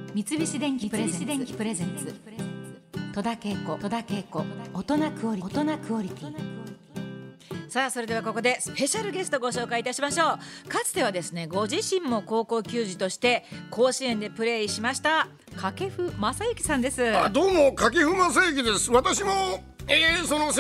三菱電機プレゼンツ戸田恵子大人クオリティ。さあ、それではここでスペシャルゲストご紹介いたしましょう。かつてはですね、ご自身も高校球児として甲子園でプレーしました掛布正幸さんです。 どうも、掛布正幸です。私もその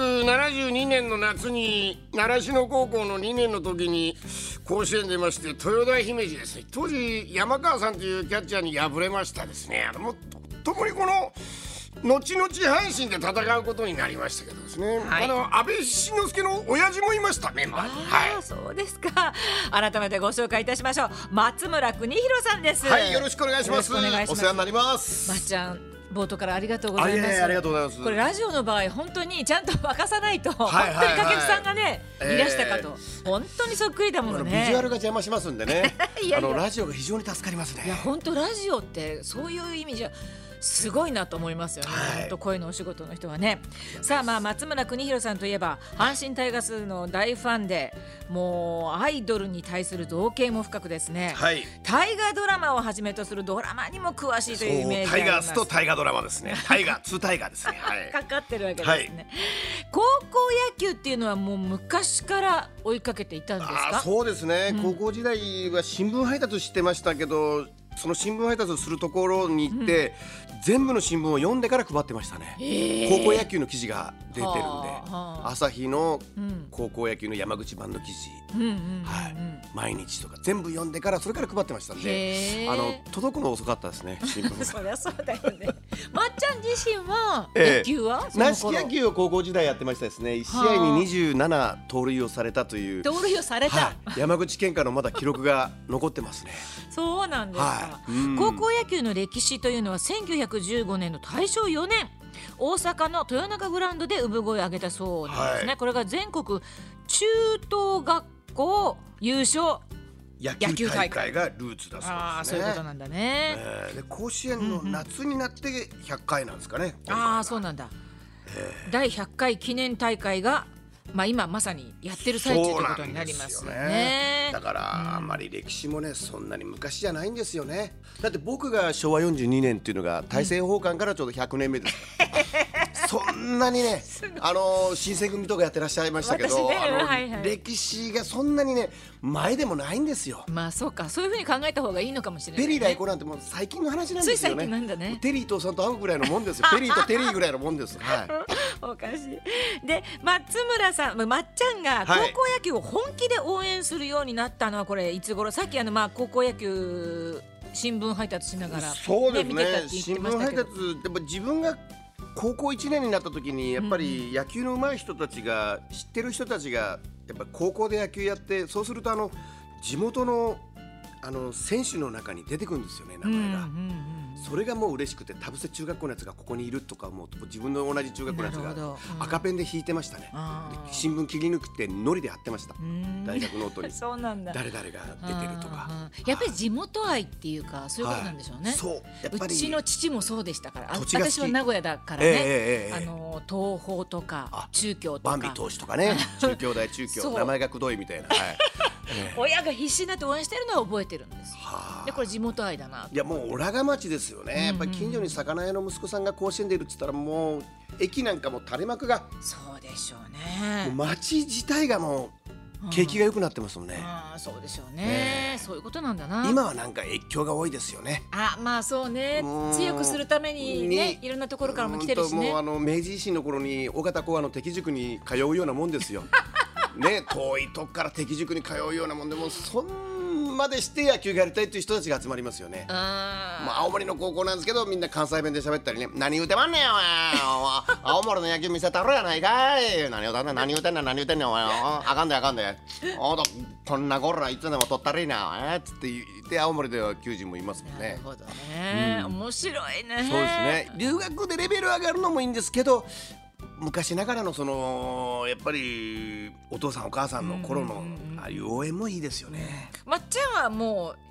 1972年の夏に習志野高校の2年の時に甲子園出まして、豊田姫路ですね、当時山川さんというキャッチャーに敗れましたですね。もう特にこの後々阪神で戦うことになりましたけどですね、はい、安倍晋之助の親父もいました、メンバーに。 はい、そうですか。改めてご紹介いたしましょう。松村邦弘さんです。 はい、よろしくお願いします。お世話になります。 まっちゃん、冒頭からありがとうございます。 ありがとうございます。 これラジオの場合本当にちゃんと沸かさないと、本当に掛布さんがね、いらしたかと、本当にそっくりだものね。 ビジュアルが邪魔しますんでねラジオが非常に助かりますね。 いや、本当ラジオってそういう意味じゃすごいなと思いますよね、本当声のお仕事の人はね。さあ、松村邦弘さんといえば阪神タイガースの大ファンで、もうアイドルに対する造形も深くですね、はい、大河ドラマをはじめとするドラマにも詳しいというイメージがあります。 タイガースと大河ドラマですね。タイガー2タイガーですね、はい、 かかってるわけですね、はい、高校野球っていうのはもう昔から追いかけていたんですか？ そうですね、高校時代は新聞配達してましたけど、その新聞配達をするところに行って、全部の新聞を読んでから配ってましたね。高校野球の記事が出てるんで、朝日の高校野球の山口版の記事、毎日とか全部読んでから、それから配ってましたんで、届くの遅かったですね、新聞そりゃそうだよね。まっちゃん自身は野球は、 軟式野球を高校時代やってましたですね。1試合に27盗塁をされたという、 盗塁をされた、 山口県下のまだ記録が残ってますね。 そうなんですか。高校野球の歴史というのは1915年の大正4年、大阪の豊中グラウンドで産声を上げたそうなんですね、これが全国中等学校優勝野球大会がルーツだそうですね。 そういうことなんだね。 で甲子園の夏になって100回なんですかね。 そうなんだ。第100回記念大会が今まさにやってる最中ということになりますよね。 だからあんまり歴史もね、そんなに昔じゃないんですよね。だって僕が昭和42年っていうのが大政奉還からちょうど100年目ですからそんなにね、新選組とかやってらっしゃいましたけど、歴史がそんなにね前でもないんですよ。 そうか、そういうふうに考えた方がいいのかもしれない、ね。 ペリー来航なんてもう最近の話なんですよね。 つい最近なんだね。 テリーとさんと会うぐらいのもんですよ。ペリーとテリーぐらいのもんです。 おかしい。で、松村さん、まっちゃんが高校野球を本気で応援するようになったのはこれいつ頃？さっき高校野球新聞配達しながら、 そうですね、 見てたって言ってましたけど、 新聞配達でも自分が高校1年になった時にやっぱり野球の上手い人たちが、知ってる人たちがやっぱ高校で野球やって、そうすると地元の選手の中に出てくるんですよね、名前が。それがもう嬉しくて、田伏中学校のやつがここにいるとか、もう自分の同じ中学校のやつが赤ペンで引いてましたね。新聞切り抜くってノリで貼ってました、大学ノートに。 そうなんだ。 誰々が出てるとか、 やっぱり地元愛っていうか、そういうことなんでしょうね。うちの父もそうでしたから。私は名古屋だからね、東宝とか中京とかバンビ投手とかね、中京大中京名前がくどいみたいな、 親が必死になって応援してるのは覚えてるんですよ。で、これ地元愛だな。 いや、もうオラが町ですよね。やっぱり近所に魚屋の息子さんが甲子園でいるっつったら、もう駅なんかも垂れ幕が、 そうでしょうね。 もう町自体がもう景気が良くなってますもんね。 そうでしょうね。そういうことなんだな。 今はなんか越境が多いですよね。 そうね、強くするためにね、いろんなところからも来てるしね。 もう明治維新の頃に尾形講和の敵塾に通うようなもんですよね、遠いとこから敵塾に通うようなもんで、もそんまでして野球がやりたいという人たちが集まりますよね。青森の高校なんですけど、みんな関西弁で喋ったりね、何言うてまんねんお前青森の野球見せたろやないかい、何言うてんねん何言うてんねん何言うてんねんお前、あかんであかんで、こんなこらいつでも取ったらいいなつって言って、青森では球児もいますもんね。 なるほどね、面白いね。 そうですね、留学でレベル上がるのもいいんですけど、昔ながらのやっぱりお父さんお母さんの頃のああいう応援もいいですよね。 まっちゃんはもう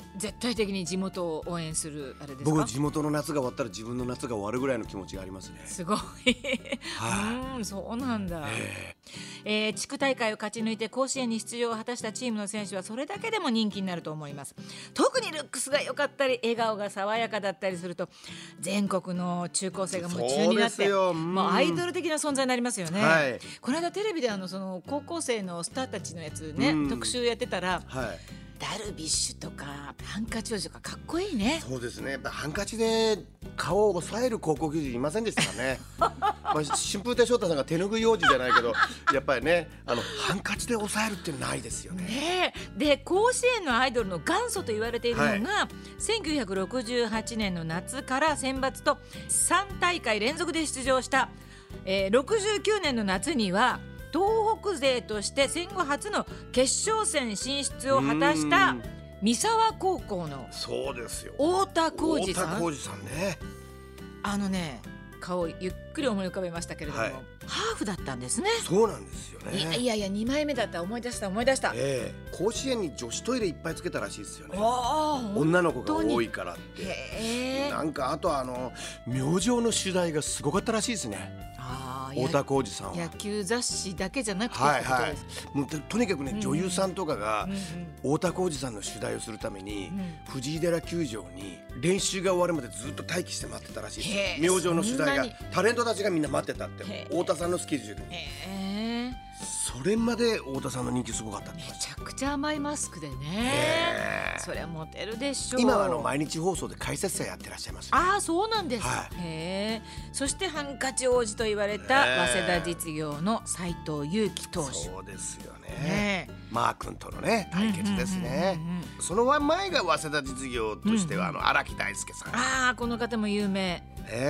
絶対的に地元を応援するあれですか？ 僕地元の夏が終わったら自分の夏が終わるぐらいの気持ちがありますね。 すごいそうなんだ。地区大会を勝ち抜いて甲子園に出場を果たしたチームの選手はそれだけでも人気になると思います。特にルックスが良かったり笑顔が爽やかだったりすると全国の中高生が夢中になって、もうアイドル的な存在になりますよね。この間テレビでその高校生のスターたちのやつね、特集やってたら、ダルビッシュとかハンカチ王子とかかっこいいね。 そうですね。やっぱハンカチで顔を押さえる高校球児いませんでしたかね。春風亭昇太さんが手拭い王子じゃないけど、やっぱりねハンカチで押さえるってないですよね。 で甲子園のアイドルの元祖と言われているのが、1968年の夏から選抜と3大会連続で出場した、69年の夏には東北勢として戦後初の決勝戦進出を果たした三沢高校のそうですよ、 太田浩二さん。 太田浩二さんね。 顔ゆっくり思い浮かべましたけれども、ハーフだったんですね。 そうなんですよね。 いや2枚目だった。思い出した。 甲子園に女子トイレいっぱいつけたらしいですよね。女の子が多いからって。なんかあと明星の取材がすごかったらしいですね。太田浩二さんは野球雑誌だけじゃなくてってことです。 もうとにかくね、女優さんとかが太田浩二さんの取材をするために、藤井寺球場に練習が終わるまでずっと待機して待ってたらしいですよ。明星の取材がタレントたちがみんな待ってたって、太田さんのスケジュールに。それまで太田さんの人気すごかったって。 めちゃくちゃ甘いマスクでね。そりゃモテるでしょう。 今は毎日放送で解説者やってらっしゃいます、 ね。そうなんです。そしてハンカチ王子と言われた早稲田実業の斉藤佑樹投手。 そうですよね。マー君とのね対決ですね。その前が早稲田実業としては荒木大輔さん。 この方も有名。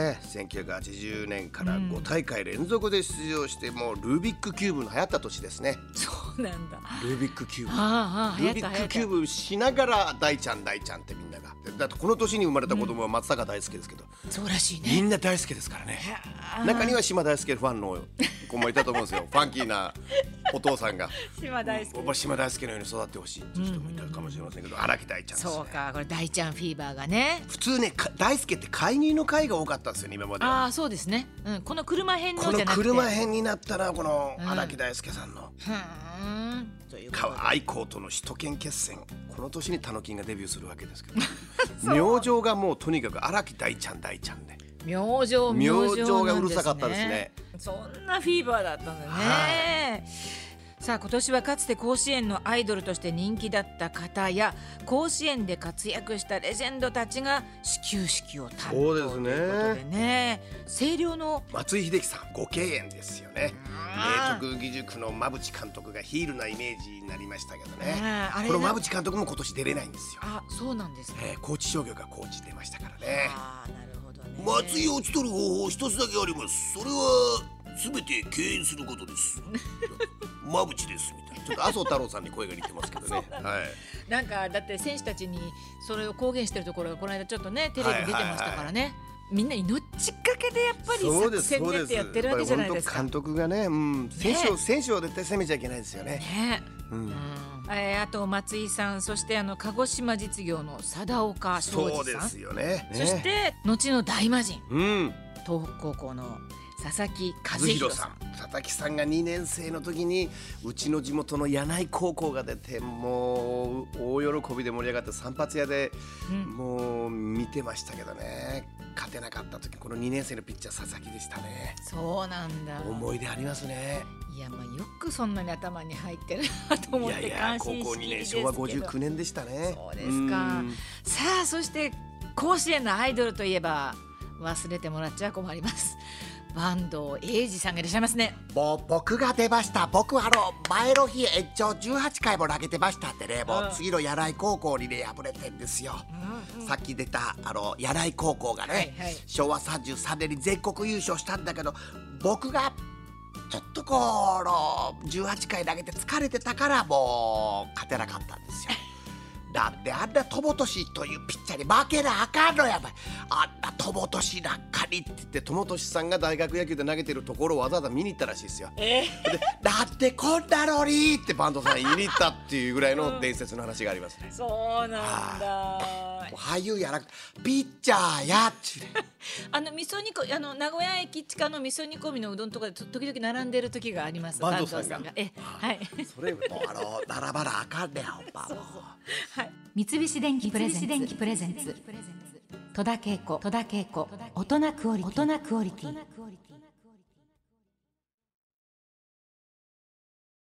1980年から5大会連続で出場して、もうルービックキューブの流行った年ですね。 そうなんだ。 ルービックキューブ、ルービックキューブしながら大ちゃんってみんなが。だってこの年に生まれた子供は松坂大輔ですけど、 そうらしいね。 みんな大好きですからね。中には島大輔ファンの子もいたと思うんですよ。ファンキーなお父さんが島大輔、 島大輔のように育ってほしいっていう人もいたかもしれませんけど、荒木大ちゃんですね。 そうか、これ大ちゃんフィーバーがね。 普通ね、大輔って介入の回が多かったんですよね、今までは。 そうですね。この車編のじゃなくて、 この車編になったらこの荒木大輔さんの愛好との首都圏決戦、この年にタノキンがデビューするわけですけど明星がもうとにかく荒木大ちゃんで明星がうるさかったですね。 そんなフィーバーだったんだね。さあ今年はかつて甲子園のアイドルとして人気だった方や甲子園で活躍したレジェンドたちが始球式を担当ということでね。星稜の松井秀喜さん、ご敬遠ですよね。明徳義塾の馬淵監督がヒールなイメージになりましたけどね。この馬淵監督も今年出れないんですよ。 そうなんですね。 高知商業が高知出ましたからね。 なるほどね。 松井を打ち取る方法一つだけあります。それは全て敬遠することです。馬淵ですみたいな。ちょっと麻生太郎さんに声が似てますけどね。 なんかだって選手たちにそれを公言してるところがこの間ちょっとねテレビ出てましたからね。みんなにのっちかけでやっぱり作戦練ってやってるわけじゃないですか。 監督がね、選手を絶対攻めちゃいけないですよね。 あと松井さん、そして鹿児島実業の貞岡庄司さん、 そうですよね。 そして後の大魔神、東北高校の佐々木和弘さん。 佐々木さんが2年生の時にうちの地元の柳井高校が出て、もう大喜びで盛り上がって散髪屋でもう見てましたけどね。勝てなかった時、この2年生のピッチャー佐々木でしたね。 そうなんだ。 思い出ありますね。 いや、よくそんなに頭に入ってるなと思って感心しきりですけど。 高校2年、昭和59年でしたね。 そうですか。さあそして甲子園のアイドルといえば忘れてもらっちゃ困ります。坂東英二さんがいらっしゃいますね。 僕が出ました。僕は前の日延長18回も投げてましたんでね、もう次の柳井高校にね敗れてんですよ。さっき出た柳井高校がね、昭和33年に全国優勝したんだけど、僕がちょっと18回投げて疲れてたからもう勝てなかったんですよ。 だってあんな友俊というピッチャーに負けなあかんのやばい。あんな友俊なんかにって言って友俊さんが大学野球で投げてるところをわざわざ見に行ったらしいですよ。でだってこんなのにってバンドさん言いに行ったっていうぐらいの伝説の話がありますね。 そうなんだ。 俳優やなくてピッチャーやっちゅう味噌煮込み名古屋駅地下の味噌煮込みのうどんとかで時々並んでる時があります。 バンドさんがはいそれ並ばなあかんねんほんま。 三菱電機プレゼンツ戸田恵子大人クオリティ。